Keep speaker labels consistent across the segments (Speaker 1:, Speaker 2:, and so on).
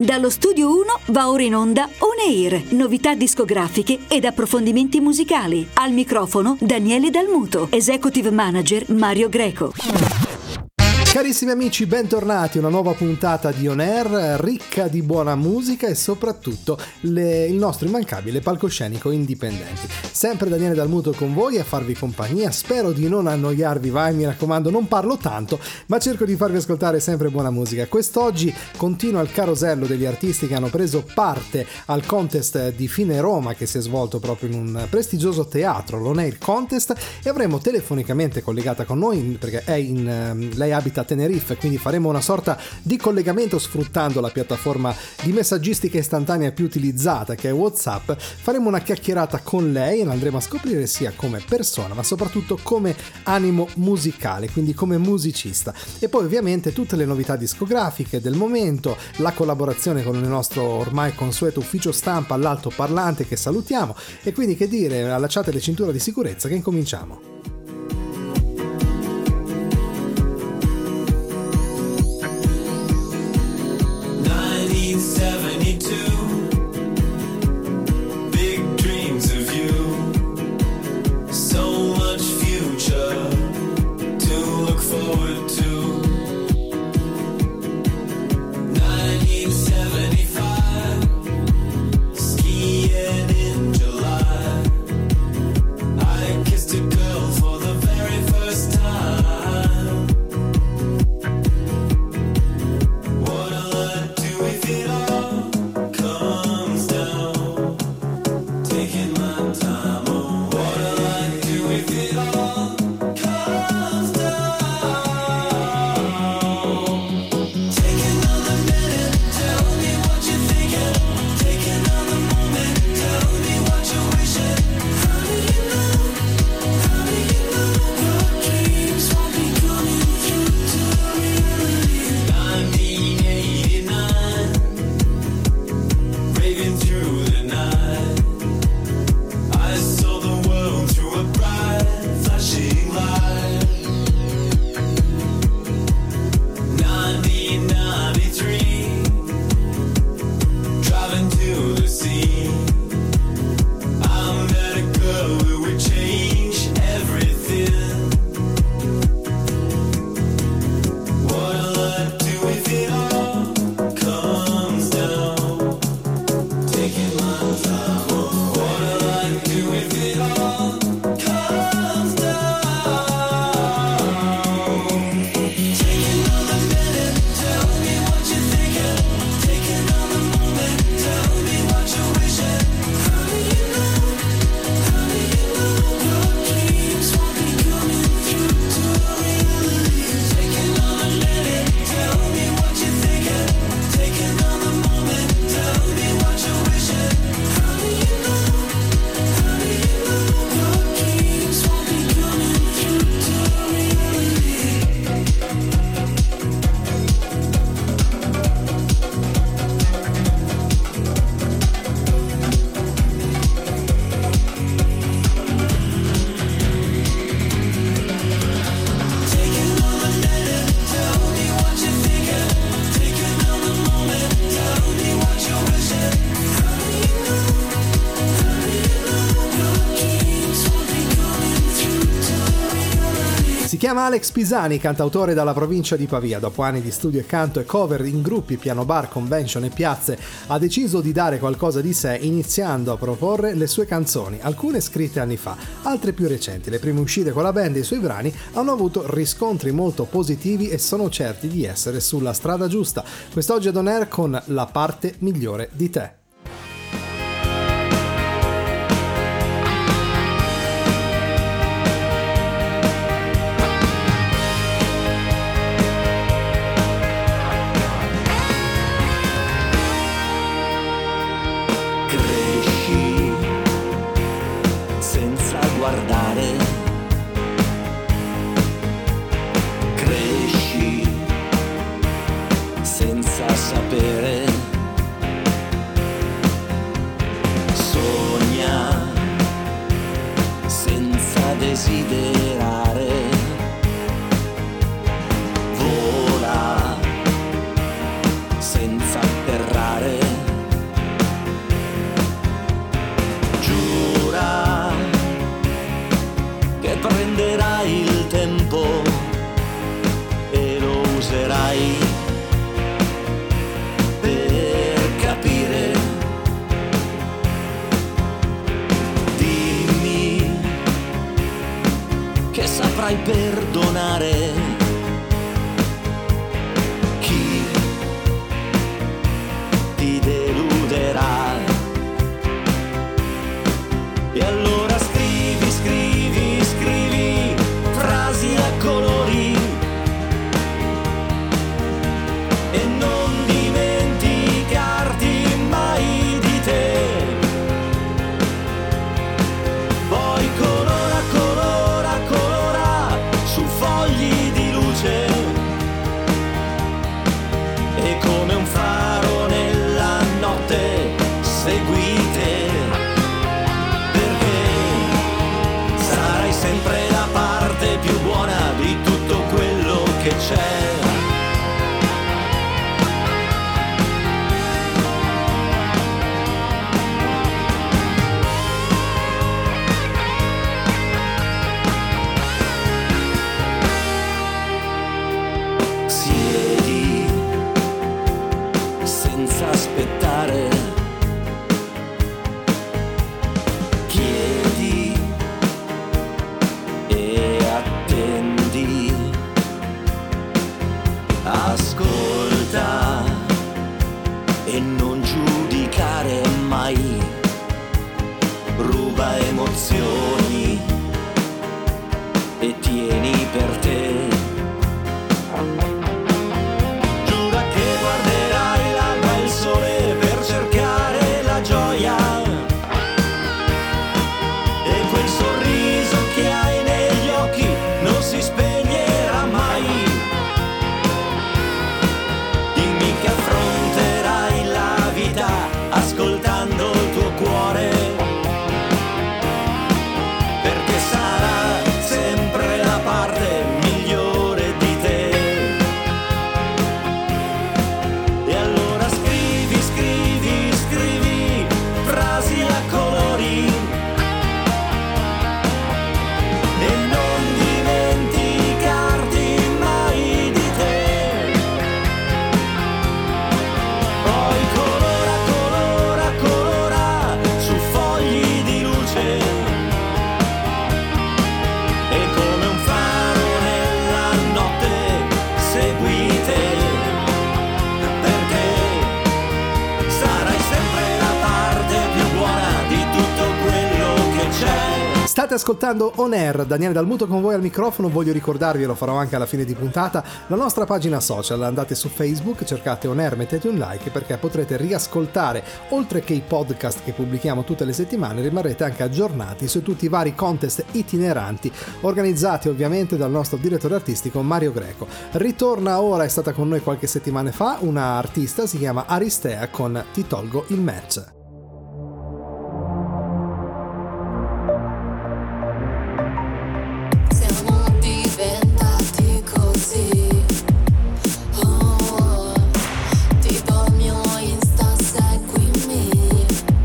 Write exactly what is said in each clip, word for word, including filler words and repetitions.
Speaker 1: Dallo Studio uno va ora in onda On Air, novità discografiche ed approfondimenti musicali. Al microfono Daniele Dalmuto, Executive Manager Mario Greco.
Speaker 2: Carissimi amici, bentornati a una nuova puntata di On Air, ricca di buona musica e soprattutto le, il nostro immancabile palcoscenico indipendenti. Sempre Daniele Dalmuto con voi a farvi compagnia, spero di non annoiarvi, vai, mi raccomando, non parlo tanto, ma cerco di farvi ascoltare sempre buona musica. Quest'oggi continua il carosello degli artisti che hanno preso parte al contest di Fine Roma, che si è svolto proprio in un prestigioso teatro, l'On Air Contest, e avremo telefonicamente collegata con noi, perché è in, lei abita a Tenerife, quindi faremo una sorta di collegamento sfruttando la piattaforma di messaggistica istantanea più utilizzata, che è WhatsApp. Faremo una chiacchierata con lei e la andremo a scoprire sia come persona ma soprattutto come animo musicale, quindi come musicista, e poi ovviamente tutte le novità discografiche del momento, la collaborazione con il nostro ormai consueto ufficio stampa all'altoparlante, che salutiamo, e quindi che dire, allacciate le cinture di sicurezza che incominciamo. Si chiama Alex Pisani, cantautore dalla provincia di Pavia. Dopo anni di studio e canto e cover in gruppi, piano bar, convention e piazze, ha deciso di dare qualcosa di sé, iniziando a proporre le sue canzoni, alcune scritte anni fa, altre più recenti. Le prime uscite con la band e i suoi brani hanno avuto riscontri molto positivi e sono certi di essere sulla strada giusta. Quest'oggi ad On Air con La parte migliore di te.
Speaker 3: Vola senza atterrare. perdonare chi ti deluderà. E allora scrivi, scrivi, scrivi frasi a colori e non dimenticarti mai di te. Poi colora, colora, colora su fogli di luce e come un faro nella notte seguite, perché sarai sempre la parte più buona di tutto quello che c'è. Siedi senza aspettare, chiedi e attendi, ascolta e non giudicare mai, ruba emozioni e tieni per te. Giura che guarderai l'alba e il sole per cercare la gioia e quel sorriso che hai negli occhi non si spegnerà mai. Dimmi che affronterai la vita ascoltando il tuo cuore, perché sarà sempre la parte migliore di te. E allora scrivi, scrivi, scrivi frasi a colori e non dimenticarti mai di te. Poi colora, colora, colora su fogli di luce e come un faro nella notte seguite, perché sarai sempre la parte più buona di tutto quello che c'è.
Speaker 2: State ascoltando On Air, Daniele Dalmuto con voi al microfono. Voglio ricordarvi, e lo farò anche alla fine di puntata, la nostra pagina social. Andate su Facebook, cercate On Air, mettete un like perché potrete riascoltare, oltre che i podcast che pubblichiamo tutte le settimane, rimarrete anche aggiornati su tutti i vari contest itineranti organizzati ovviamente dal nostro direttore artistico Mario Greco. Ritorna ora, è stata con noi qualche settimana fa, una artista, si chiama Aristea con Ti tolgo il match.
Speaker 4: Siamo diventati così. Oh, ti do il mio Insta, seguimi.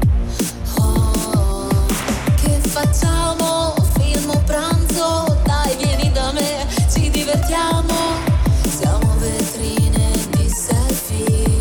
Speaker 4: Oh, che facciamo? Film o pranzo? Dai, vieni da me, ci divertiamo. Siamo vetrine di selfie.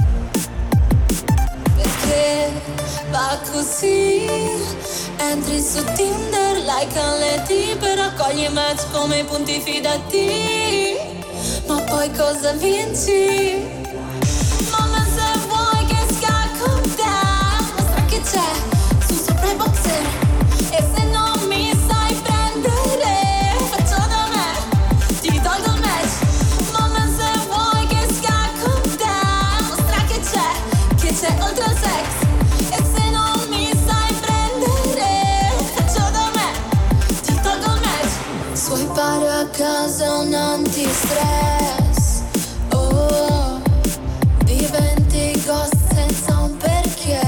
Speaker 4: Perché va così? Entri su Tinder, like alle tipe, raccogli match come i punti fidati. Ma poi cosa vinci? Mamma, se vuoi che scacco down, mostra che c'è su sopra i boxer. E se non mi sai prendere, faccio da me, ti tolgo il match. Mamma, se vuoi che scacco down, mostra che c'è, che c'è oltre al sex. E se non mi sai prendere, faccio da me, ti tolgo il match. Swipeare a casa è un antistress. Oh, diventi ghost senza un perché.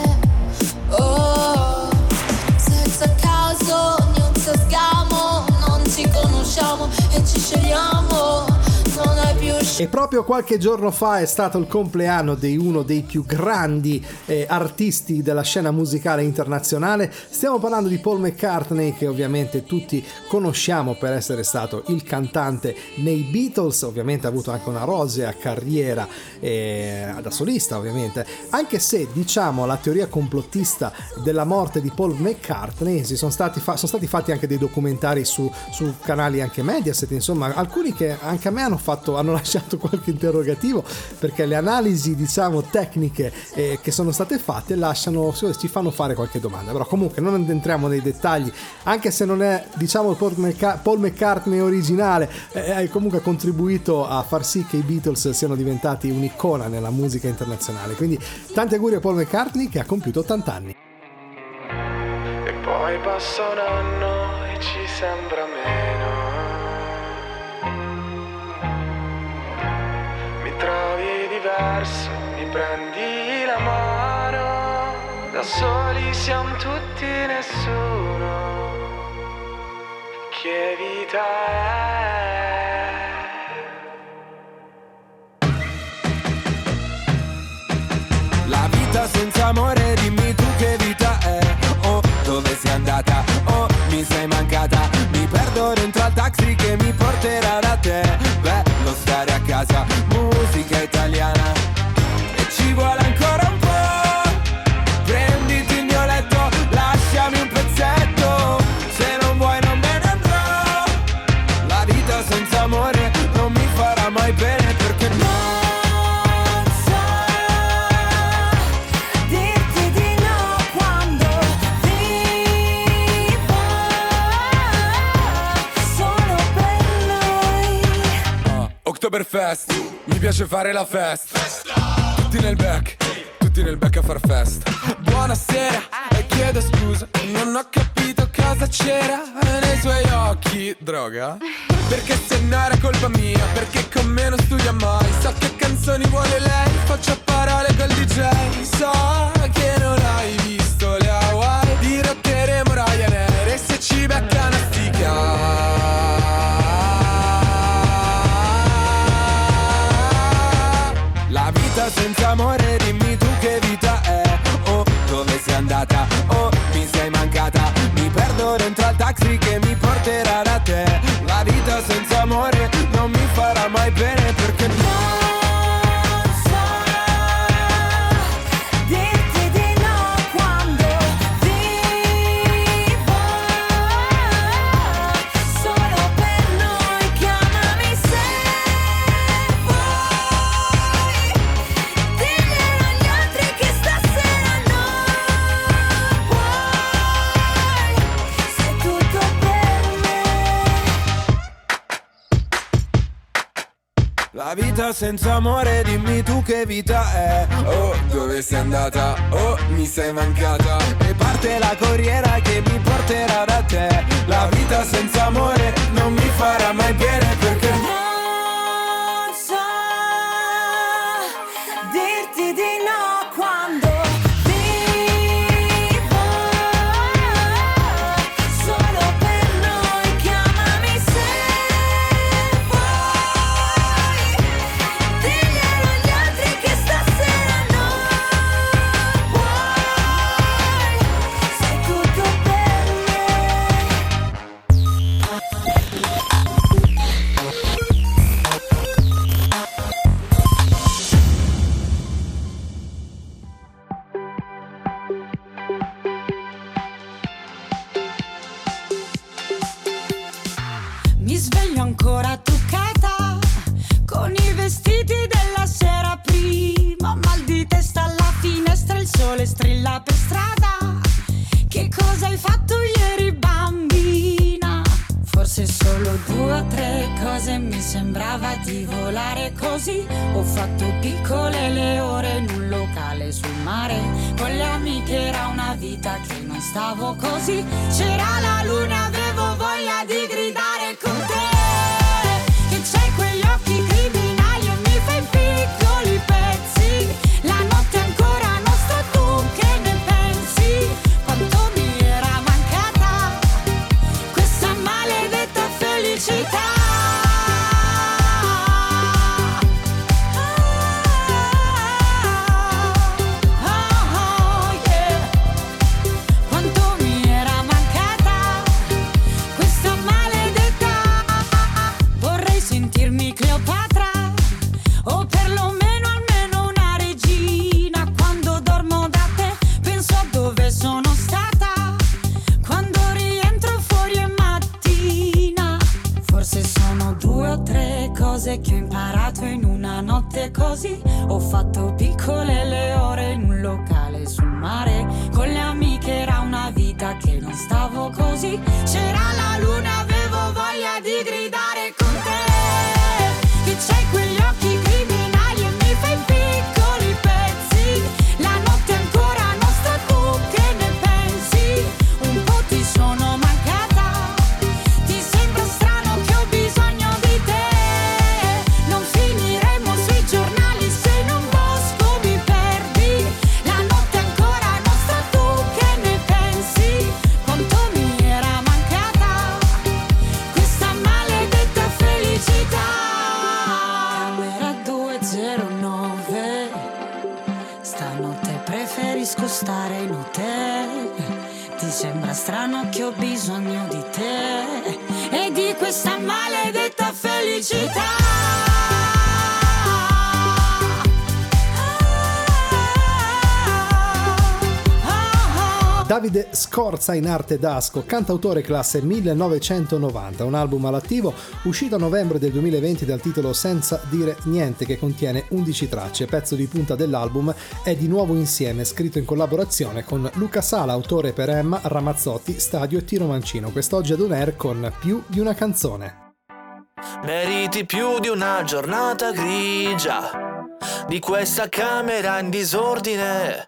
Speaker 4: Oh, sex a caso, news a sgamo. Non ci conosciamo e ci scegliamo. Non hai più
Speaker 2: E proprio qualche giorno fa è stato il compleanno di uno dei più grandi eh, artisti della scena musicale internazionale. Stiamo parlando di Paul McCartney, che ovviamente tutti conosciamo per essere stato il cantante nei Beatles. Ovviamente ha avuto anche una rosea carriera eh, da solista, ovviamente, anche se diciamo la teoria complottista della morte di Paul McCartney si sono stati, fa- sono stati fatti anche dei documentari su, su canali anche Mediaset, insomma alcuni che anche a me hanno fatto hanno lasciato qualche interrogativo, perché le analisi diciamo tecniche eh, che sono state fatte lasciano, ci fanno fare qualche domanda. Però comunque non entriamo nei dettagli, anche se non è diciamo il Paul, Mc- Paul McCartney originale, eh, ha comunque contribuito a far sì che i Beatles siano diventati un'icona nella musica internazionale. Quindi tanti auguri a Paul McCartney, che ha compiuto ottanta anni.
Speaker 5: E poi passa un anno e ci sembra meno. Mi trovi diverso, mi prendi la mano. Da soli siamo tutti nessuno. Che vita è?
Speaker 3: La vita senza amore, dimmi tu che vita è. Oh, dove sei andata? Oh, mi sei mancata. Mi perdo dentro al taxi che mi porterà da te. Bello stare a casa, musica italiana. E ci vuole ancora un po'. Prenditi il mio letto, lasciami un pezzetto. Se non vuoi non me ne andrò. La vita senza amore non mi farà mai bene, perché no.
Speaker 5: Oktoberfest, mi piace fare la festa. Tutti nel back, tutti nel back a far festa. Buonasera, e chiedo scusa, non ho capito cosa c'era nei suoi occhi. Droga? Perché se no era colpa mia, perché con me non studia mai. So che canzoni vuole lei, faccio a parole col D J. So che non hai visto le Hawaii, dirotteremo Ryanair e se ci becca una stica.
Speaker 3: La vita senza amore, dimmi tu che vita è. Oh, dove sei andata? Oh, mi sei mancata. Mi perdo dentro al taxi che mi porterà da te. La vita senza amore non mi farà mai bene, perché no. La vita senza amore, dimmi tu che vita è.
Speaker 5: Oh, dove sei andata? Oh, mi sei mancata.
Speaker 3: E parte la corriera che mi porterà da te. La vita senza amore non mi farà mai bene, perché
Speaker 4: non so dirti di no quando ancora truccata con i vestiti della sera prima, mal di testa alla finestra, il sole strilla per strada. Che cosa hai fatto ieri, bambina? Forse solo due o tre cose, mi sembrava di volare così. Ho fatto piccole le ore in un locale sul mare, con le amiche era una vita che non stavo così. C'era la luna, avevo voglia di gridare con te. Che c'hai quegli occhi criminali e mi fai piccoli pezzi. La notte è ancora nostra, tu che ne pensi? Quanto mi era mancata questa maledetta felicità.
Speaker 6: Ho fatto piccole le ore in un locale sul mare, con le amiche era una vita che non stavo così. C'era la luna, avevo voglia di gridare con te, che c'hai quegli occhi criminali e mi fai piccoli pezzi. La notte è ancora nostra, tu che ne pensi? Un po' ti sono mancata, ti sembra strano che ho bisogno di te. Non finiremo sui giornali se in un bosco mi perdi. La notte è ancora nostra, tu che ne pensi? Quanto mi era mancata questa maledetta felicità. Camera duecentonove, stanotte preferisco stare in hotel. Ti sembra strano che ho bisogno di te e di questa maledetta felicità.
Speaker 2: Davide Scorza in arte d'Asco, cantautore classe millenovecentonovanta, un album all'attivo uscito a novembre del duemilaventi dal titolo Senza dire niente, che contiene undici tracce. Pezzo di punta dell'album è Di nuovo insieme, scritto in collaborazione con Luca Sala, autore per Emma, Ramazzotti, Stadio e Tiro Mancino. Quest'oggi ad On Air con Più di una canzone.
Speaker 7: Meriti più di una giornata grigia, di questa camera in disordine.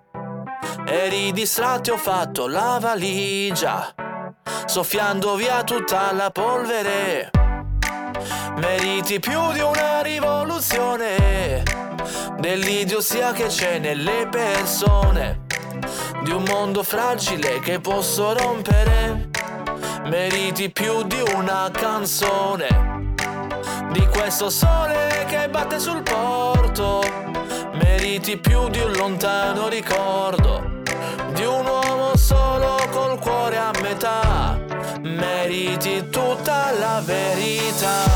Speaker 7: Eri distratto e ho fatto la valigia, soffiando via tutta la polvere. Meriti più di una rivoluzione, dell'idiosia che c'è nelle persone, di un mondo fragile che posso rompere. Meriti più di una canzone, di questo sole che batte sul porto. Meriti più di un lontano ricordo, di un uomo solo col cuore a metà. Meriti tutta la verità.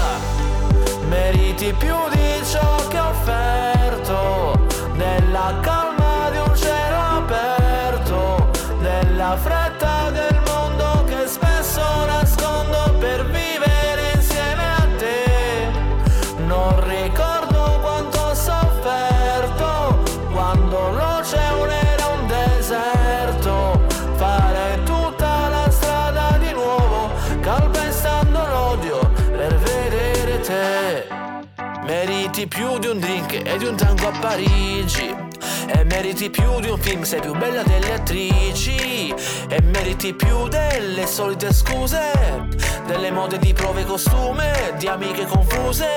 Speaker 7: Meriti più di ciò che ho offerto, della calma di un cielo aperto, della fretta del mondo che spesso nascondo per vivere insieme a te. Non ricordo quanto ho sofferto quando l'oceano era un deserto. Fare tutta la strada di nuovo, calpestando l'odio per vedere te. Meriti più di un drink e di un tango a Parigi, e meriti più di un film, sei più bella delle attrici. E meriti più delle solite scuse, delle mode di prove e costume, di amiche confuse.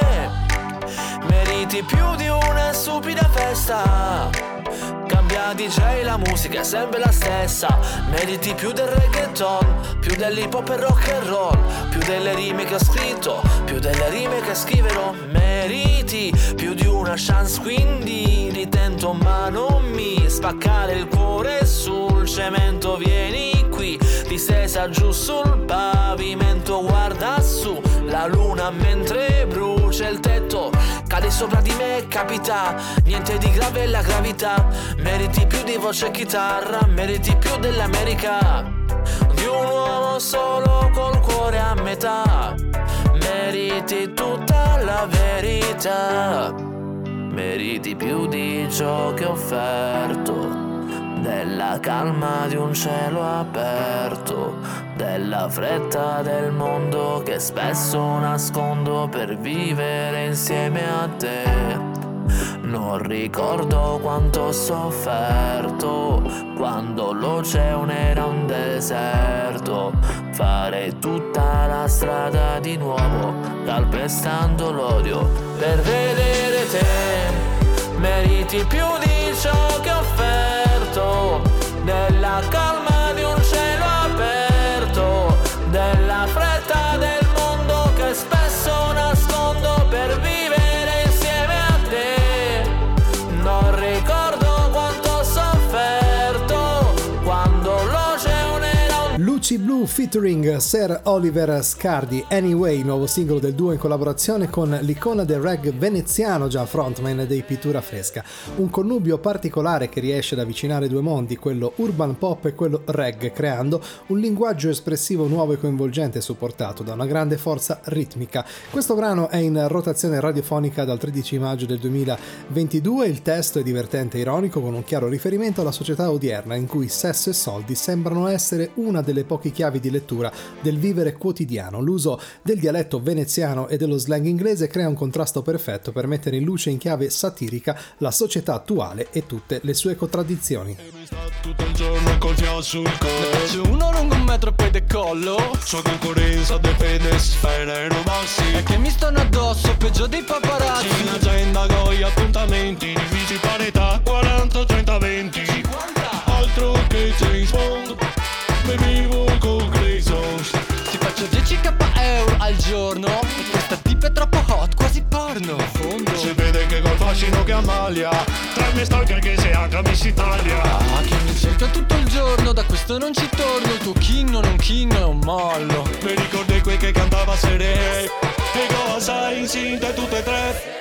Speaker 7: Meriti più di una stupida festa, cambia D J, la musica è sempre la stessa. Meriti più del reggaeton, più dell'hip hop e rock and roll, più delle rime che ho scritto, più delle rime che scriverò. Meriti più di una chance, quindi ritento ma non mi spaccare il cuore sul cemento. Vieni qui, distesa giù sul pavimento, guarda su la luna mentre brucia il tetto. Cade sopra di me, capita, niente di grave la gravità. Meriti più di voce e chitarra, meriti più dell'America, di un uomo solo col cuore a metà. Meriti tutta la verità. Meriti più di ciò che ho offerto, della calma di un cielo aperto, della fretta del mondo che spesso nascondo per vivere insieme a te. Non ricordo quanto ho sofferto quando l'oceano era un deserto. Fare tutta la strada di nuovo, calpestando l'odio per vedere te. Meriti più di ciò che ho offerto, della calma di un cielo aperto, della fretta del mondo che spesso nascondo per vivere insieme a te. Non ricordo quanto ho sofferto quando l'oceano era un...
Speaker 2: Lucy Blue featuring Sir Oliver Scardi, Anyway, nuovo singolo del duo in collaborazione con l'icona del reggae veneziano, già frontman dei Pittura Fresca. Un connubio particolare che riesce ad avvicinare due mondi, quello urban pop e quello reggae, creando un linguaggio espressivo nuovo e coinvolgente supportato da una grande forza ritmica. Questo brano è in rotazione radiofonica dal tredici maggio del duemilaventidue, il testo è divertente e ironico con un chiaro riferimento alla società odierna in cui sesso e soldi sembrano essere una delle poche chiavi di lettura del vivere quotidiano. L'uso del dialetto veneziano e dello slang inglese crea un contrasto perfetto per mettere in luce in chiave satirica la società attuale e tutte le sue contraddizioni.
Speaker 8: Tutto il giorno col fiato sul collo, ne faccio uno lungo un metro e poi decollo. Sua concorrenza dipende se fai aerobassi e che mi stanno addosso peggio dei paparazzi. In agenda con gli appuntamenti divisi per età quaranta, trenta, venti altro che James Bond, bevivo con Grayson. Ti faccio dieci euro al giorno e questa tip è troppo hot, quasi porno. Fondo si vede che col fascino che ammalia tra i miei stalker che sei anche Miss Italia. Ah, che mi cerca tutto il giorno, da questo non ci torno. Il tuo king non è un king, è un mollo. Mi ricordi quei che cantava Seré e cosa insinte tutte e tre.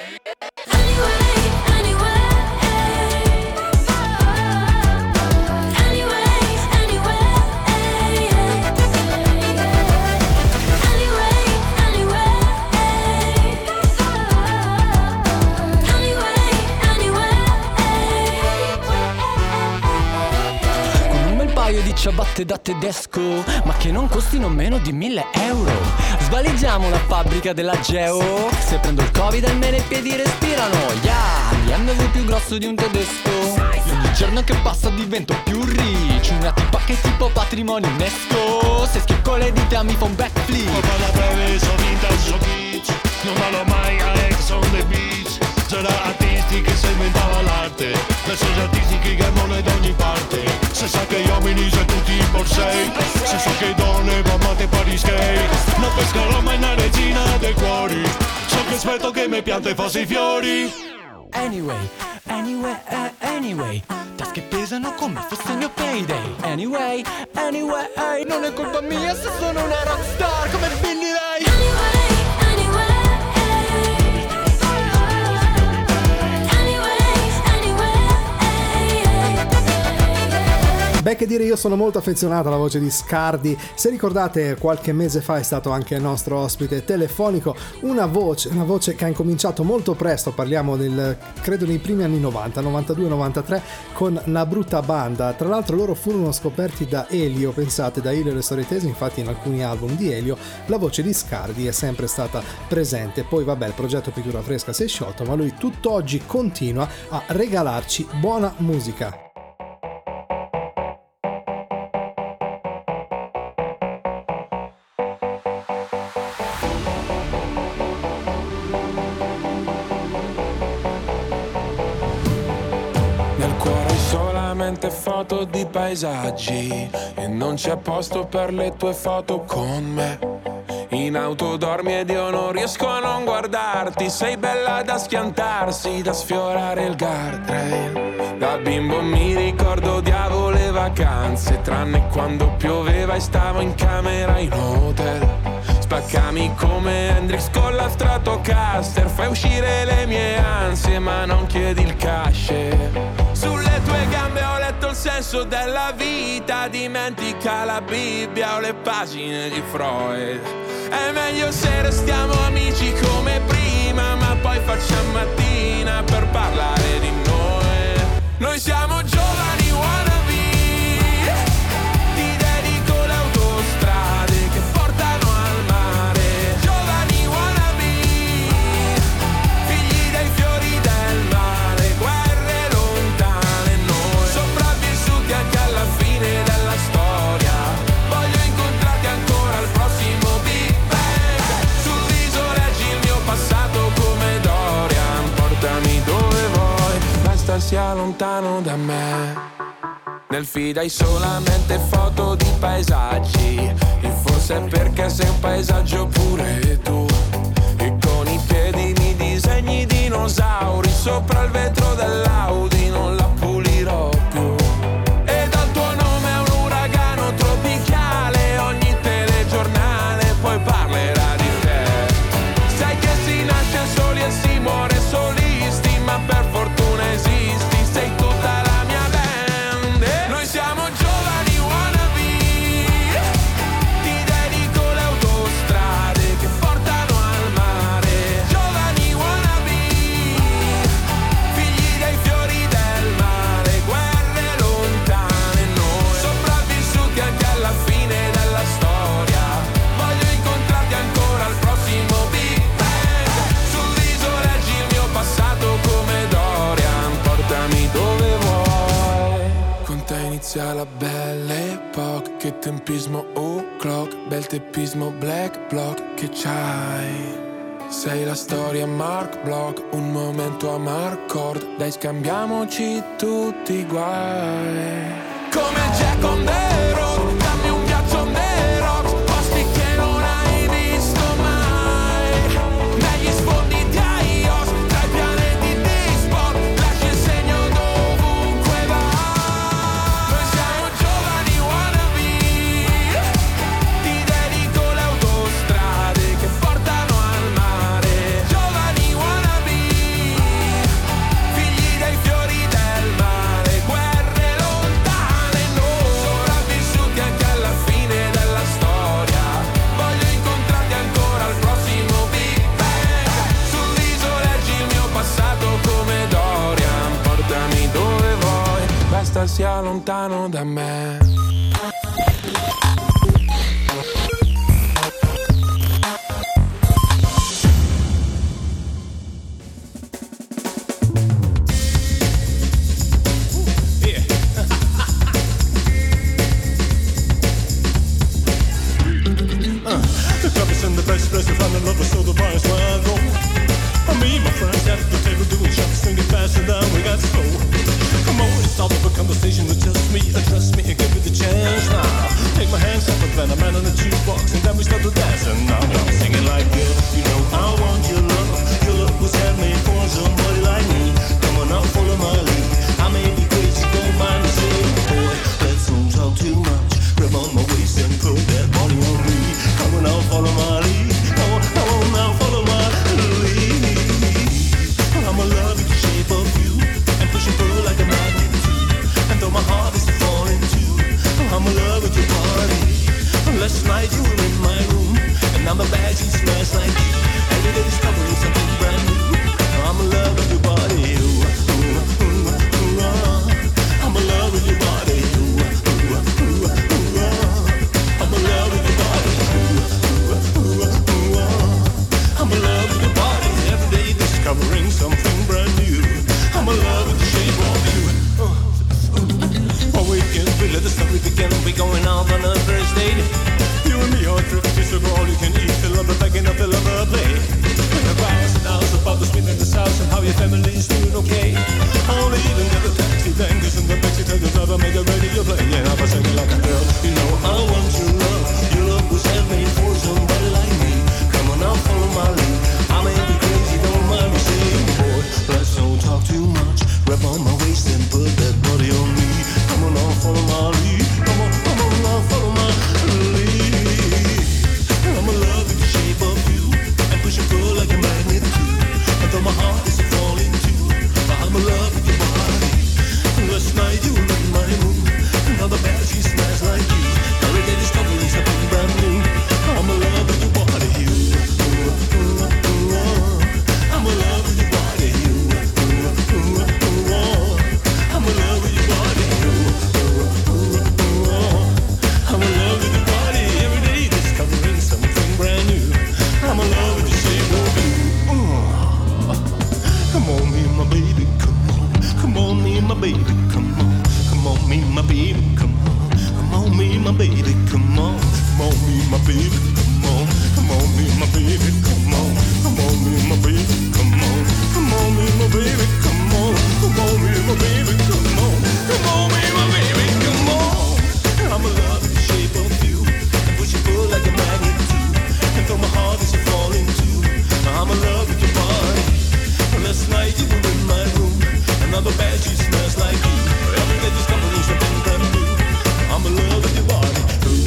Speaker 8: Di ciabatte da tedesco, ma che non costino meno di mille euro. Svaligiamo la fabbrica della Geo. Se prendo il covid almeno i piedi respirano. Yeah, l'M V più grosso di un tedesco. Ogni giorno che passa divento più rich. Una tipa che tipo patrimonio UNESCO. Se schicco le dita mi fa un backflip. Papà la breve sono vintage beach. Non vado mai a Ex on the beach. C'era artisti che si inventava l'arte, adesso gli artisti che gamano da ogni parte. Se sa che gli uomini sono tutti in borsei, se so che donne va mate per i skate. Non pescherò mai una regina dei cuori, so che aspetto che mi piante fossi i fiori. Anyway, anyway, uh, anyway, tasche pesano come fosse il mio payday. Anyway, anyway, uh, non è colpa mia se sono una rockstar come Billy Ray. Anyway.
Speaker 2: Beh, che dire, io sono molto affezionato alla voce di Scardi. Se ricordate, qualche mese fa è stato anche il nostro ospite telefonico, una voce, una voce che ha incominciato molto presto, parliamo del, credo nei primi anni novanta, novantadue novantatré, con Una brutta banda. Tra l'altro loro furono scoperti da Elio, pensate, da Elio e le Storie Tese, infatti in alcuni album di Elio la voce di Scardi è sempre stata presente. Poi vabbè, il progetto Pittura Fresca si è sciolto, ma lui tutt'oggi continua a regalarci buona musica.
Speaker 5: Foto di paesaggi e non c'è posto per le tue foto con me. In auto dormi ed io non riesco a non guardarti. Sei bella da schiantarsi, da sfiorare il guardrail. Da bimbo mi ricordo odiavo le vacanze, tranne quando pioveva e stavo in camera in hotel. Spaccami come Hendrix con la Stratocaster, fai uscire le mie ansie ma non chiedi il cash. Sulle tue gambe ho letto il senso della vita, dimentica la Bibbia o le pagine di Freud. È meglio se restiamo amici come prima, ma poi facciamo mattina per parlare di noi. Noi siamo giovani wannabe, ti dedico le autostrade che portano al mare. Giovani wannabe, figli dei fiori del mare, guerre lontane noi, sopravvissuti anche alla fine della storia. Voglio incontrarti ancora al prossimo Big Bang. Sul viso leggi il mio passato come Dorian. Portami dove vuoi, basta sia lontano da me. Nel feed hai solamente foto di paesaggi, e forse è perché sei un paesaggio pure tu. E con i piedi mi disegni dinosauri sopra il vetro dell'Audi, non la pulirò più. E dal tuo nome è un uragano tropicale, inizia la belle epoca, che tempismo o'clock, bel teppismo black block che c'hai. Sei la storia Mark Block, un momento a Marcord, dai scambiamoci tutti i guai. Come Jack on the road, dammi un viaggio on the rocks, posti che non hai visto mai, negli sfondi di iOS, tra i pianeti di sport, lascia il segno dovunque vai. Noi siamo giovani wannabe, ti dedico le autostrade che portano al mare. Giovani wannabe, figli dei fiori del mare, guerre lontane, noi sopravvissuti anche alla fine della storia. Voglio incontrarti ancora al prossimo Big Bang. Sul viso leggi il mio passato come Dorian. Portami dove vuoi, basta sia lontano da me.
Speaker 9: The club is in the best place to find the lovers, so the bar is where I go. I meet my friends at the table doing shots, singing fast and down we got slow. Come on, it's all of a conversation with just me, address me and give me the chance now. Take my hands up and plan a man on the jukebox, and then we start to dance. And now I'm singing like, girl, you know I want your love. Your love was handmade for somebody like me. Come on now, follow my lead. I may be crazy, don't mind me saying, boy, let's don't talk too much. Grab on my waist and put that body on me. Come on now, follow my lead. Come on, come on now, follow my lead. I'ma love you, the shape of you, and push and pull like a magnet too. And though my heart is falling too, I'ma love with your body. Last night you were in my room, and now my bag smells like you. Every day discovering something brand new. I'm in love with your body. Ooh, ooh, ooh, ooh, uh. I'm in love with your body. Ooh, ooh, ooh, ooh, uh. I'm in love with your body. Ooh, ooh, ooh, ooh, uh. I'm in love with your body. Every day discovering something brand new. I'm in love with the shape of you. Oh, we can feel it, the story begin. We going out on a first date. You and me are thrifty, so all you can eat. Fill up a bag enough, fill up a plate. When the crowds and hours about the sweet and the sauce and how your family's doing okay. I'll even get the taxi, then cause in the backseat tell the driver make a radio play. And I was singing like a girl, you know I want your love. Your love was handmade for somebody like me. Come on now, follow my lead. I may be crazy, don't mind me saying, boy, let's don't talk too much. Grab on my waist and put that body on me. Come on now, follow my lead. Come on, come on now, follow my lead. I'm in love with the shape of you, and push and pull like a magnet too. And though my heart is falling too, I'm in love with your body. Last night you were in my room, and now the bed she smells like you. Every day discovering something brand new. I'm in love with your body. You, ooh, ooh, ooh, uh. I'm in love with your body. You, ooh, ooh, ooh, uh. I'm in love with your body. You, ooh, ooh, ooh, uh. I'm in love with your body. Every day discovering something brand new. I'm in love with the shape of you. Uh. Come on, me and my baby, come on. Come on, me and my baby, come on. Come on, me and my baby, come on. Come on, me and my baby, come on. Come on, me and my baby, come on. Come on, me and my baby, come on. Come on, me and my baby, come on. Come on, me and my baby, come on. Come on, me and my baby, come on. Come on, me and my baby, come on. I'm in love with the shape of you, and push and pull like a magnet too. And though my heart is falling too, I'm in love with your body. Last night you were in my room, another bed she smells like you. Every day discovering something brand new. I'm in love with your body.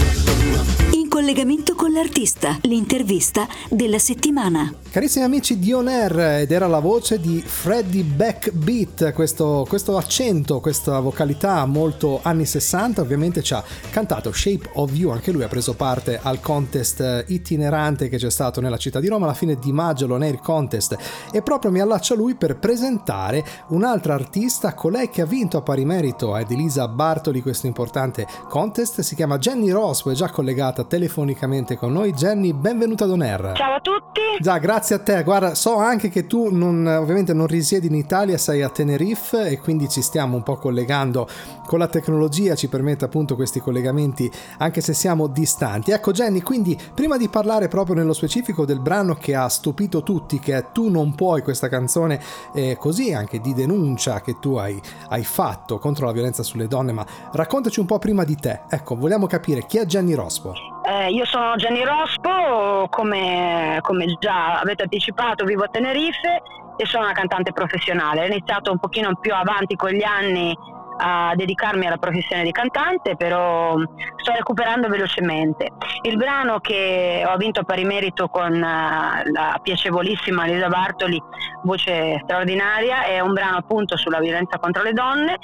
Speaker 1: In collegamento con l'artista, l'intervista della settimana.
Speaker 2: Carissimi amici di On Air, ed era la voce di Freddie Backbeat, questo, questo accento, questa vocalità molto anni sessanta, ovviamente ci ha cantato Shape of You, anche lui ha preso parte al contest itinerante che c'è stato nella città di Roma alla fine di maggio, l'On Air Contest, e proprio mi allaccio a lui per presentare un'altra artista, colei che ha vinto a pari merito ad Elisa Bartoli questo importante contest, si chiama Jenny Rospo, è già collegata telefonicamente con con noi. Jenny, benvenuta ad On Air.
Speaker 10: Ciao a tutti.
Speaker 2: Già, grazie a te. Guarda, so anche che tu non, ovviamente non risiedi in Italia, sei a Tenerife e quindi ci stiamo un po' collegando con la tecnologia, ci permette appunto questi collegamenti anche se siamo distanti. Ecco Jenny, quindi prima di parlare proprio nello specifico del brano che ha stupito tutti, che è Tu non puoi, questa canzone eh, così anche di denuncia che tu hai, hai fatto contro la violenza sulle donne, ma raccontaci un po' prima di te. Ecco, vogliamo capire chi è Jenny Rospo.
Speaker 10: Eh, io sono Jenny Rospo, come, come già avete anticipato vivo a Tenerife e sono una cantante professionale. Ho iniziato un pochino più avanti con gli anni a dedicarmi alla professione di cantante, però sto recuperando velocemente. Il brano che ho vinto a pari merito con la piacevolissima Elisa Bartoli, voce straordinaria, è un brano appunto sulla violenza contro le donne,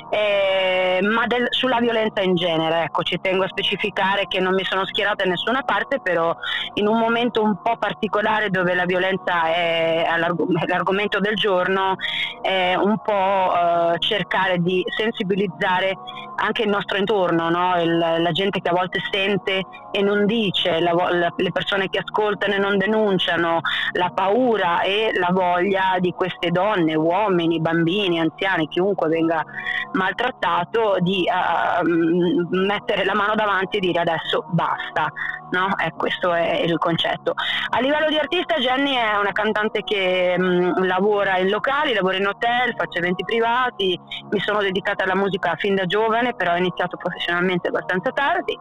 Speaker 10: eh, ma del, sulla violenza in genere. Ecco, ci tengo a specificare che non mi sono schierata in nessuna parte, però in un momento un po' particolare dove la violenza è l'argomento del giorno, è un po' eh, cercare di sensibilizzare anche il nostro intorno, no? il, la gente che a volte sente e non dice, la, la, le persone che ascoltano e non denunciano, la paura e la voglia di queste donne, uomini, bambini, anziani, chiunque venga maltrattato, di uh, mettere la mano davanti e dire adesso basta, no? Eh, questo è il concetto. A livello di artista, Jenny è una cantante che mh, lavora in locali, lavora in hotel, faccio eventi privati, mi sono dedicata alla musica fin da giovane, però ho iniziato professionalmente abbastanza tardi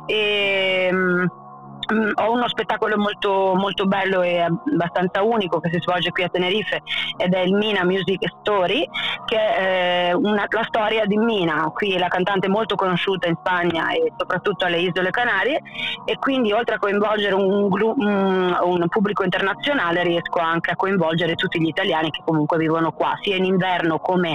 Speaker 10: e mh, ho uno spettacolo molto molto bello e abbastanza unico che si svolge qui a Tenerife ed è il Mina Music Story, che è una, la storia di Mina. Qui è la cantante molto conosciuta in Spagna e soprattutto alle Isole Canarie, e quindi oltre a coinvolgere un, un, un pubblico internazionale riesco anche a coinvolgere tutti gli italiani che comunque vivono qua, sia in inverno come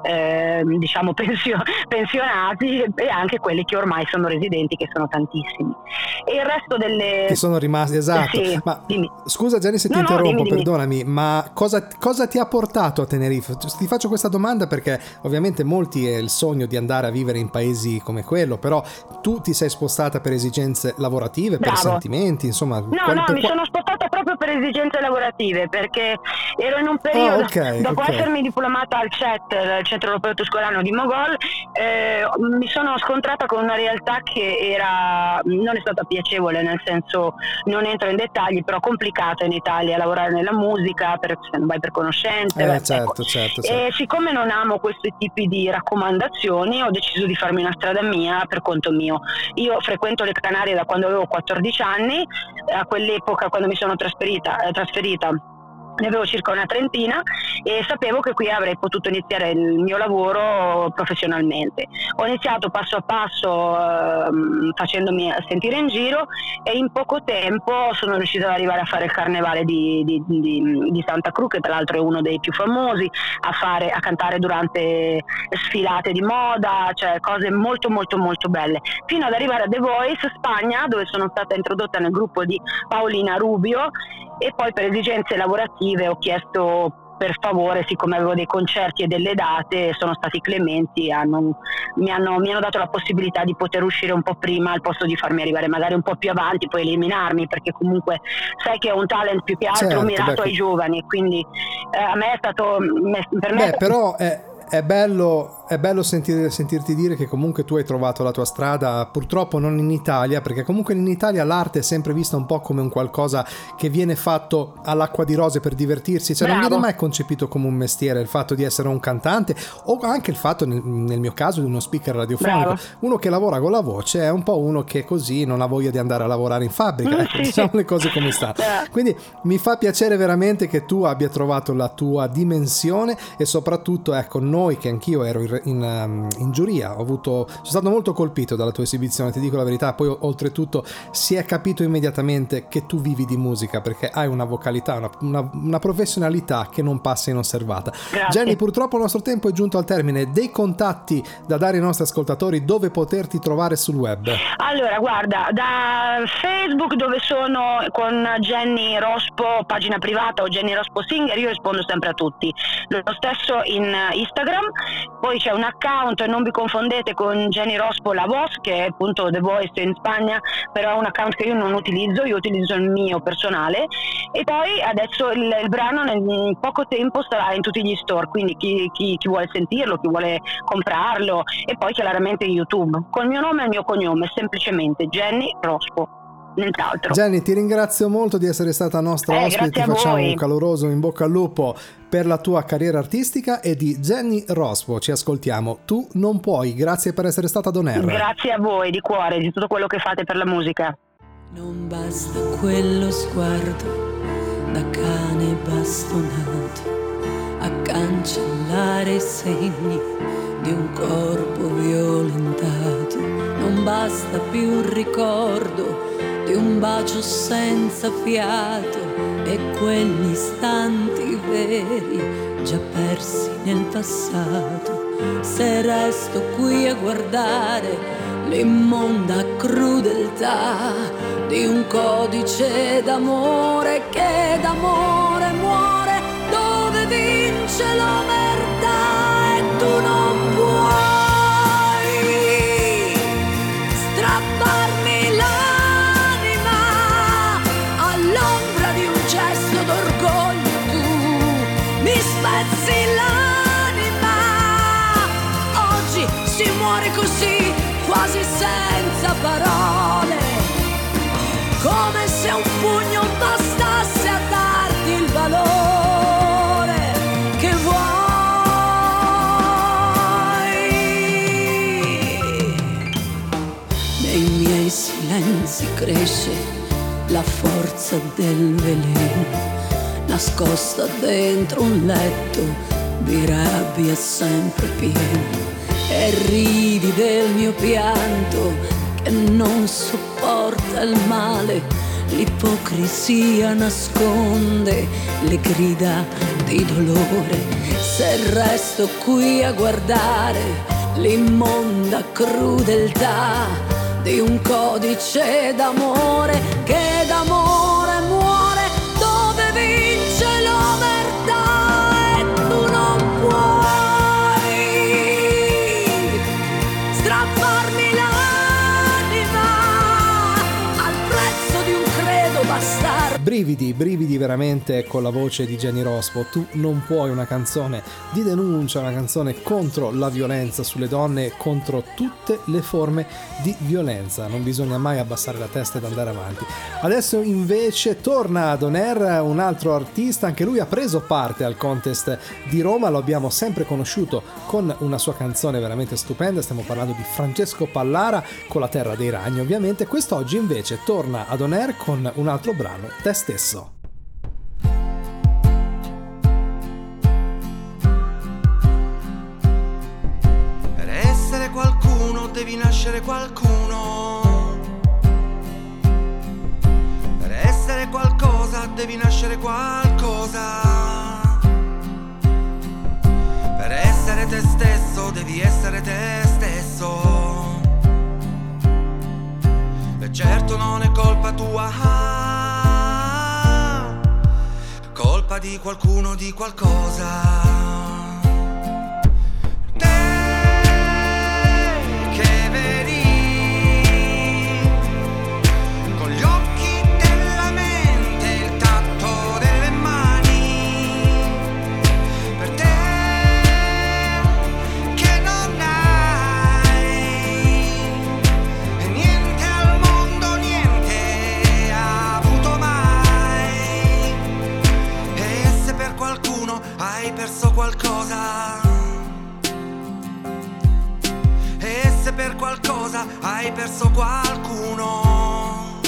Speaker 10: eh, diciamo pensio, pensionati, e anche quelli che ormai sono residenti, che sono tantissimi. E il resto del
Speaker 2: che sono rimasti, esatto.
Speaker 10: Sì,
Speaker 2: ma
Speaker 10: dimmi.
Speaker 2: Scusa Jenny se ti
Speaker 10: no,
Speaker 2: interrompo,
Speaker 10: no, dimmi,
Speaker 2: perdonami, dimmi. Ma cosa, cosa ti ha portato a Tenerife? Ti faccio questa domanda perché ovviamente molti è il sogno di andare a vivere in paesi come quello, però tu ti sei spostata per esigenze lavorative,
Speaker 10: Bravo.
Speaker 2: per sentimenti, insomma.
Speaker 10: No,
Speaker 2: qual,
Speaker 10: no,
Speaker 2: per
Speaker 10: mi
Speaker 2: qua...
Speaker 10: sono spostata proprio per esigenze lavorative, perché ero in un periodo,
Speaker 2: oh, okay,
Speaker 10: dopo
Speaker 2: okay.
Speaker 10: essermi diplomata al C E T, il Centro Europeo Tuscolano di Mogol, eh, mi sono scontrata con una realtà che era non è stata piacevole, nel senso, non entro in dettagli, però complicata in Italia lavorare nella musica, per, se non vai per conoscenze.
Speaker 2: Eh,
Speaker 10: beh,
Speaker 2: certo,
Speaker 10: ecco.
Speaker 2: certo, certo.
Speaker 10: E siccome non amo questi tipi di raccomandazioni, ho deciso di farmi una strada mia per conto mio. Io frequento le Canarie da quando avevo quattordici anni, a quell'epoca quando mi sono trasferita, eh, trasferita ne avevo circa una trentina e sapevo che qui avrei potuto iniziare il mio lavoro professionalmente. Ho iniziato passo a passo eh, facendomi sentire in giro e in poco tempo sono riuscita ad arrivare a fare il carnevale di, di, di, di Santa Cruz, che tra l'altro è uno dei più famosi, a, fare, a cantare durante sfilate di moda, cioè cose molto molto molto belle, fino ad arrivare a The Voice Spagna, dove sono stata introdotta nel gruppo di Paolina Rubio, e poi per esigenze lavorative ho chiesto per favore, siccome avevo dei concerti e delle date, sono stati clementi, hanno, mi, hanno, mi hanno dato la possibilità di poter uscire un po' prima al posto di farmi arrivare magari un po' più avanti, poi eliminarmi, perché comunque sai che è un talent più che altro
Speaker 2: certo,
Speaker 10: mirato
Speaker 2: beh,
Speaker 10: ai giovani, quindi eh, a me è stato per me
Speaker 2: beh, però è, è bello è bello sentire, sentirti dire che comunque tu hai trovato la tua strada, purtroppo non in Italia, perché comunque in Italia l'arte è sempre vista un po' come un qualcosa che viene fatto all'acqua di rose per divertirsi, cioè
Speaker 10: Bravo.
Speaker 2: non viene mai concepito come un mestiere il fatto di essere un cantante, o anche il fatto nel, nel mio caso di uno speaker radiofonico.
Speaker 10: Bravo.
Speaker 2: Uno che lavora con la voce è un po' uno che così non ha voglia di andare a lavorare in fabbrica, ecco,
Speaker 10: sì,
Speaker 2: diciamo
Speaker 10: sì.
Speaker 2: le cose come stanno. Quindi mi fa piacere veramente che tu abbia trovato la tua dimensione, e soprattutto ecco, noi, che anch'io ero in, in in giuria, ho avuto, sono stato molto colpito dalla tua esibizione, ti dico la verità. Poi oltretutto si è capito immediatamente che tu vivi di musica, perché hai una vocalità, una, una, una professionalità che non passa inosservata.
Speaker 10: Grazie.
Speaker 2: Jenny, purtroppo il nostro tempo è giunto al termine. Dei contatti da dare ai nostri ascoltatori, dove poterti trovare sul web?
Speaker 10: Allora, guarda, da Facebook, dove sono con Jenny Rospo, pagina privata, o Jenny Rospo Singer, io rispondo sempre a tutti. Lo stesso in Instagram, poi c'è c'è un account, non vi confondete con Jenny Rospo La Voz, che è appunto The Voice in Spagna, però è un account che io non utilizzo, io utilizzo il mio personale. E poi adesso il, il brano in poco tempo sarà in tutti gli store, quindi chi, chi, chi vuole sentirlo, chi vuole comprarlo, e poi chiaramente YouTube col mio nome e il mio cognome, semplicemente Jenny Rospo. Nient'altro.
Speaker 2: Jenny, ti ringrazio molto di essere stata nostra
Speaker 10: eh,
Speaker 2: ospite, ti facciamo
Speaker 10: voi.
Speaker 2: un caloroso in bocca al lupo per la tua carriera artistica, e di Jenny Rospo ci ascoltiamo Tu non puoi. Grazie per essere stata ad On Air.
Speaker 10: Grazie a voi di cuore di tutto quello che fate per la musica.
Speaker 11: Non basta quello sguardo da cane bastonato a cancellare i segni di un corpo violentato. Non basta più un ricordo di un bacio senza fiato e quegli istanti veri già persi nel passato. Se resto qui a guardare l'immonda crudeltà di un codice d'amore che d'amore muore, dove vince l'omertà e tu non puoi strapparmi l'anima all'ombra di un gesto d'orgoglio. Tu mi spezzi l'anima, oggi si muore così, quasi senza parole, come se un pugno bastasse a darti il valore che vuoi. Nei miei silenzi cresce la forza del veleno, nascosta dentro un letto di rabbia sempre pieno. E ridi del mio pianto che non sopporta il male, l'ipocrisia nasconde le grida di dolore. Se resto qui a guardare l'immonda crudeltà di un codice d'amore che d'amore muore, dove vince l'omertà e tu non puoi strapparmi l'anima al prezzo di un credo bastardo.
Speaker 2: Brividi, brividi veramente con la voce di Jenny Rospo. Tu non puoi, una canzone di denuncia, una canzone contro la violenza sulle donne e contro tutte le forme di violenza. Non bisogna mai abbassare la testa ed andare avanti. Adesso invece torna ad On Air un altro artista, anche lui ha preso parte al contest di Roma, lo abbiamo sempre conosciuto con una sua canzone veramente stupenda, stiamo parlando di Francesco Pallara con La Terra dei Ragni ovviamente. Quest'oggi invece torna ad On Air con un altro brano, Te stesso.
Speaker 12: Per essere qualcuno devi nascere qualcuno, per essere qualcosa devi nascere qualcosa, per essere te stesso devi essere te stesso. E certo non è colpa tua, colpa di qualcuno, di qualcosa. Hai perso qualcosa, e se per qualcosa hai perso qualcuno,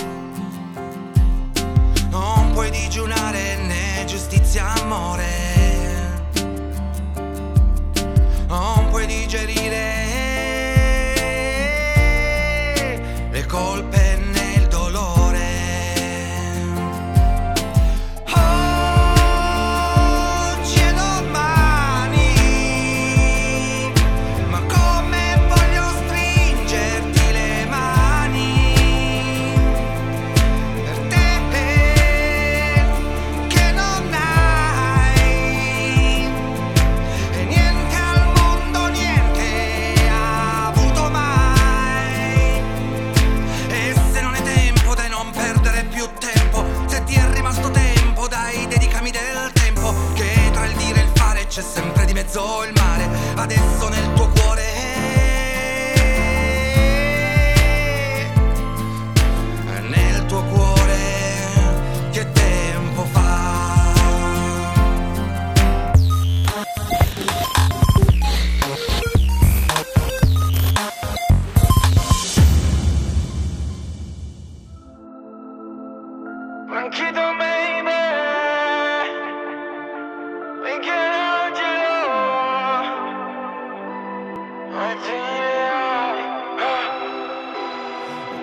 Speaker 12: non puoi digiunare né giustizia amore, non puoi digerire le colpe né il dolore.
Speaker 13: Che non hai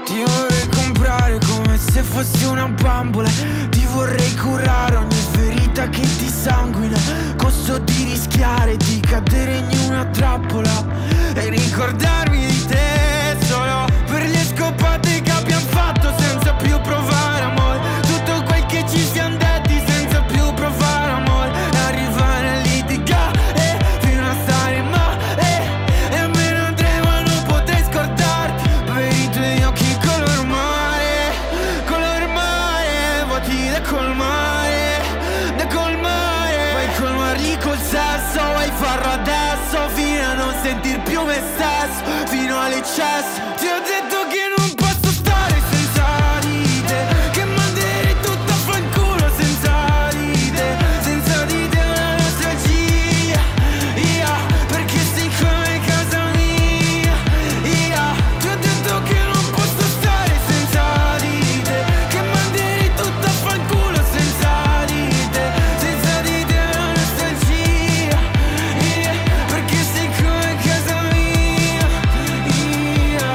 Speaker 13: Ti vorrei comprare come se fossi una bambola. Ti vorrei curare ogni ferita che ti sanguina. Costo di rischiare di cadere in una trappola e ricordarmi di te solo per le scopate che abbiamo fatto senza più provare amore. Tutto quel che ci siamo detti senza più provare amore. Arrivare a litigare fino a stare male e me ne andrei ma non potrei scordarti. Per i tuoi occhi color mare, color mare, vuoti da colmare, da colmare. Vuoi colmarli col sesso, vuoi farlo adesso fino a non sentir più me stesso, fino all'eccesso. Ti ho detto che non posso stare senza di te, che manderei tutto a fanculo senza di te, senza di te una nostalgia, yeah, perché sei come casa mia, yeah. Ti ho detto che non posso stare senza di te, che manderei tutto a fanculo senza di te, senza di te una nostalgia, yeah, perché sei come casa mia, yeah.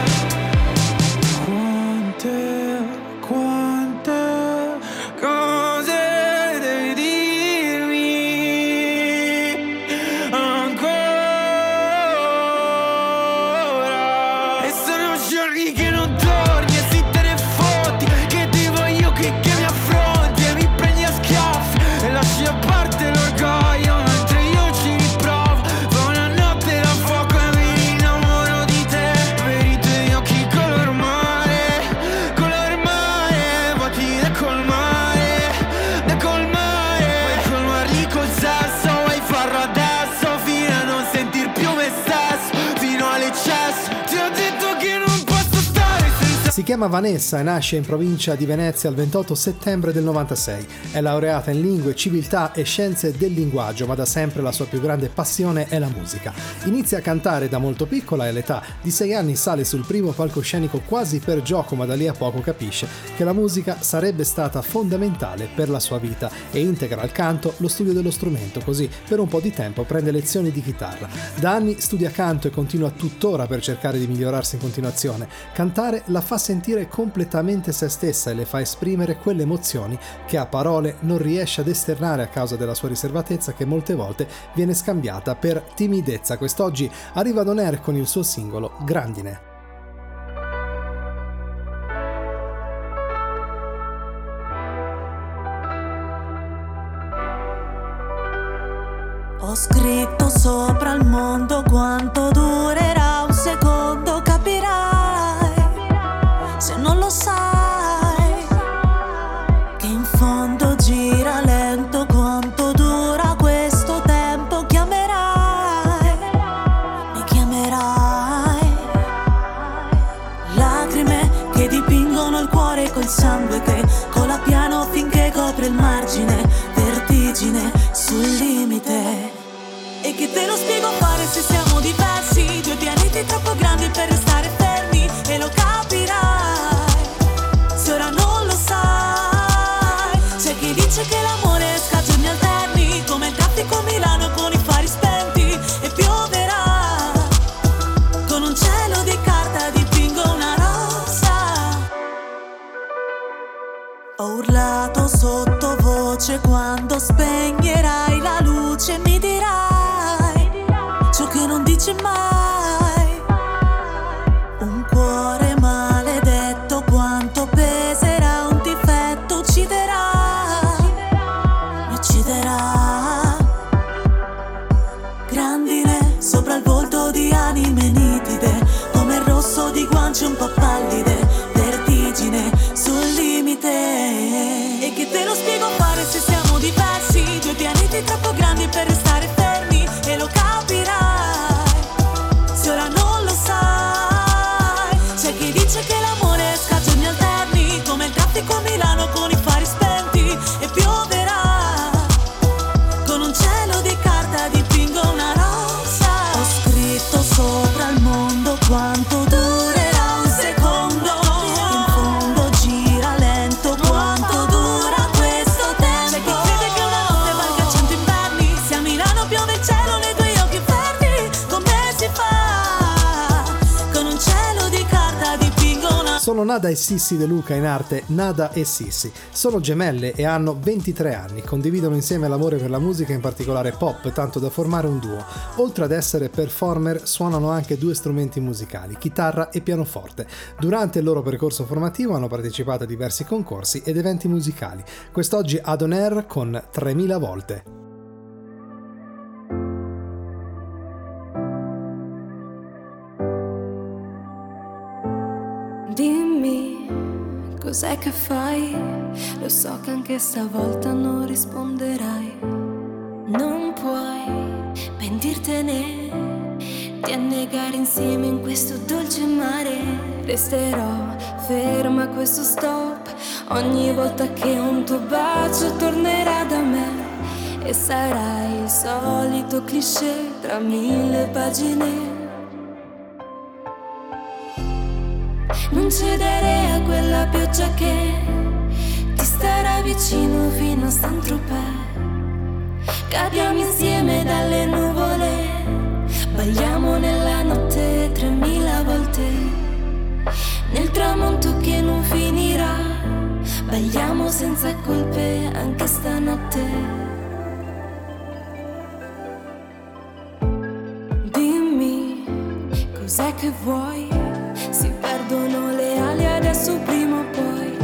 Speaker 13: Quante, quante cose devi dirmi ancora? E sono giorni che non torni e si te ne fotti, che ti voglio qui che mi affronti e mi prendi a schiaffi e lasci a parte l'orgoglio mentre io ci riprovo. Fa una notte da fuoco e mi innamoro di te. Per i tuoi occhi color mare, color mare, vuoti da colmare, da colmare. Vuoi colmarli col sesso, vuoi farlo adesso fino a non sentir più me stesso, fino all'eccesso. Ti ho detto che non posso stare senza.
Speaker 2: Si chiama Vanessa e nasce in provincia di Venezia il ventotto settembre del novantasei. È laureata in lingue, civiltà e scienze del linguaggio, ma da sempre la sua più grande passione è la musica. Inizia a cantare da molto piccola e all'età di sei anni sale sul primo palcoscenico quasi per gioco, ma da lì a poco capisce che la musica sarebbe stata fondamentale per la sua vita e integra al canto lo studio dello strumento, così per un po' di tempo prende lezioni di chitarra. Da anni studia canto e continua tuttora per cercare di migliorarsi in continuazione. Cantare la fa sentire completamente se stessa e le fa esprimere quelle emozioni che a parole non riesce ad esternare a causa della sua riservatezza, che molte volte viene scambiata per timidezza. Quest'oggi arriva Don Air con il suo singolo Grandine.
Speaker 14: Ho scritto sopra il mondo quanto durerà un secondo, capirai, se non lo sai, che in fondo gira lento quanto dura questo tempo. Chiamerai, mi chiamerai, lacrime che dipingono il cuore col sangue che cola piano finché copre il margine, vertigine sul limite. E che te lo spiego fare se siamo diversi, due pianeti troppo grandi per restare fermi, e lo capirai, se ora non lo sai. C'è chi dice che l'amore esca a giorni alterni, come il traffico a Milano con i fari spenti, e pioverà, con un cielo di carta dipingo una rosa. Ho urlato sottovoce quando spegnerai la luce, mi dirai ciò che non dici mai.
Speaker 2: Sono Nada e Sissi De Luca, in arte Nada e Sissi. Sono gemelle e hanno ventitré anni, condividono insieme l'amore per la musica, in particolare pop, tanto da formare un duo. Oltre ad essere performer, suonano anche due strumenti musicali, chitarra e pianoforte. Durante il loro percorso formativo hanno partecipato a diversi concorsi ed eventi musicali. Quest'oggi ad On Air con tremila volte.
Speaker 4: Dimmi, cos'è che fai? Lo so che anche stavolta non risponderai. Non puoi pentirtene di annegare insieme in questo dolce mare. Resterò ferma a questo stop ogni volta che un tuo bacio tornerà da me. E sarai il solito cliché tra mille pagine. Non cedere a quella pioggia che ti starà vicino fino a Saint-Tropez. Cadiamo insieme dalle nuvole, balliamo nella notte tremila volte. Nel tramonto che non finirà, balliamo senza colpe anche stanotte. Dimmi, cos'è che vuoi? Si perdono le ali adesso prima o poi.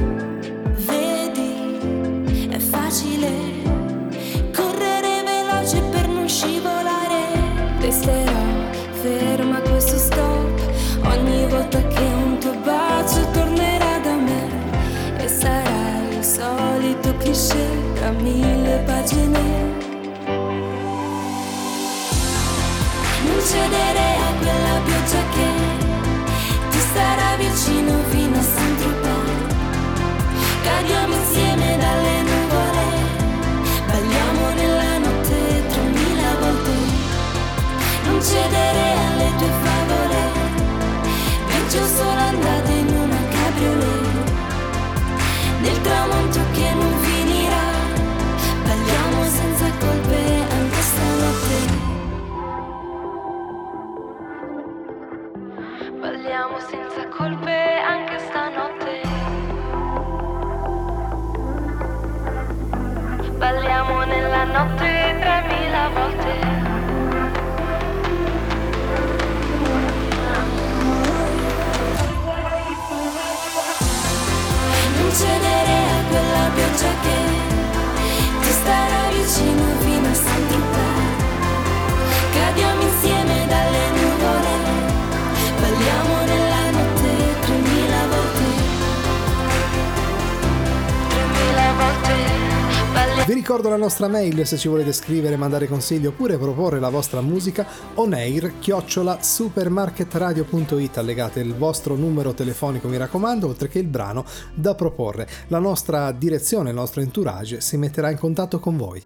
Speaker 4: Vedi, è facile correre veloce per non scivolare. Resterò ferma a questo stop ogni volta che un tuo bacio tornerà da me. E sarà il solito cliché tra mille pagine. Non cedere a quella pioggia che starà vicino fino a Saint-Tropez. Cadiamo insieme dalle nuvole, balliamo nella notte tremila volte. Non cedere alle tue favole, peggio solo andate in una cabriolet. Nel tramonto che non finirà, balliamo senza colpe anche stanotte. Balliamo senza colpe anche stanotte. Balliamo nella notte tremila volte. Non cedere a quella pioggia che ti starà vicino fino a Saint-Tropez. Cadiamo insieme dalle nuvole, balliamo nella notte tremila volte. Tremila volte.
Speaker 2: Vi ricordo la nostra mail se ci volete scrivere, mandare consigli oppure proporre la vostra musica. onair chiocciola supermarketradio punto it. Allegate il vostro numero telefonico, mi raccomando, oltre che il brano da proporre. La nostra direzione, il nostro entourage si metterà in contatto con voi.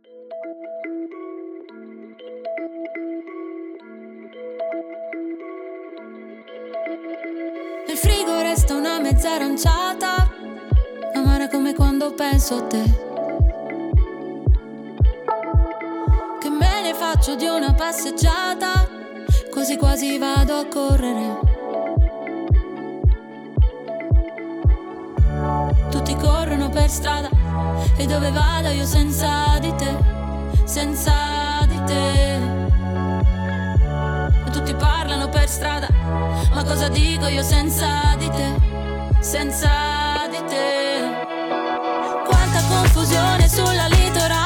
Speaker 6: Nel frigo resta una mezza aranciata, amara come quando penso a te. Che me ne faccio di una passeggiata, quasi quasi vado a correre. Tutti corrono per strada e dove vado io senza di te, senza di te. E tutti parlano per strada, ma cosa dico io senza di te, senza di te. Quanta confusione sulla litoranea,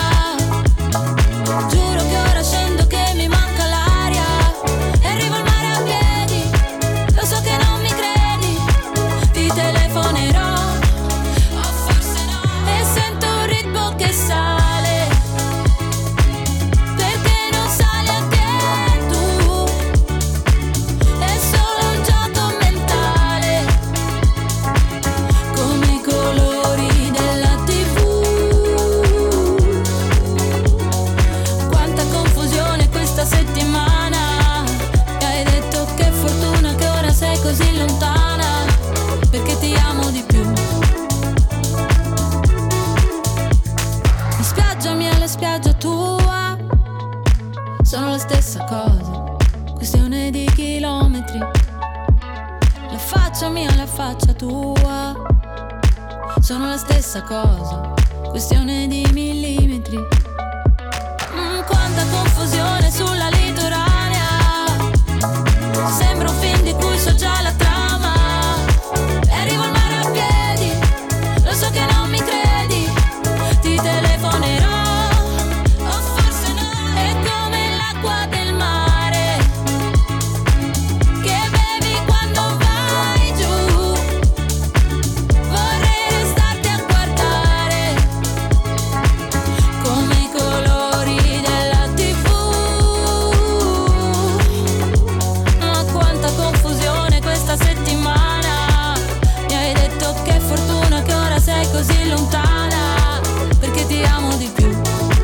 Speaker 6: giuro che ora scendo che mi manca l'aria. E arrivo al mare a piedi, lo so che non mi credi, ti telefonerò, o forse no. E sento un ritmo che sale, perché non sale anche tu. È solo un gioco mentale, faccia mia, la faccia tua sono la stessa cosa, questione di millimetri. Mm, quanta confusione sulla litoranea, sembra un film di cui so già la trama. E arrivo al mare a piedi, lo so che non mi credi, ti telefonerò. Così lontana, perché ti amo di più.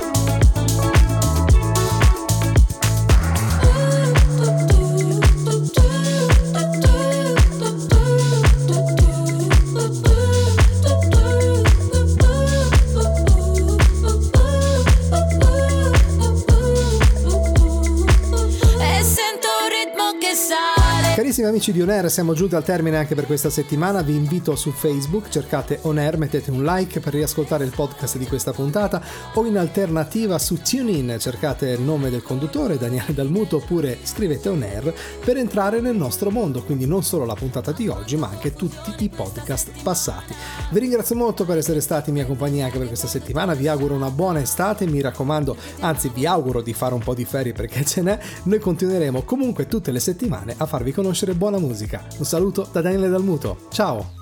Speaker 6: E sento un ritmo che sale.
Speaker 2: Carissimi amici di On Air, siamo giunti al termine anche per questa settimana. Vi invito su Facebook, cercate On Air, mettete un like per riascoltare il podcast di questa puntata, o in alternativa su TuneIn cercate il nome del conduttore, Daniele Dalmuto, oppure scrivete On Air per entrare nel nostro mondo, quindi non solo la puntata di oggi ma anche tutti i podcast passati. Vi ringrazio molto per essere stati in mia compagnia anche per questa settimana, vi auguro una buona estate, mi raccomando, anzi vi auguro di fare un po' di ferie perché ce n'è. Noi continueremo comunque tutte le settimane a farvi conoscere buona musica. Un saluto da Daniele Dalmuto, ciao!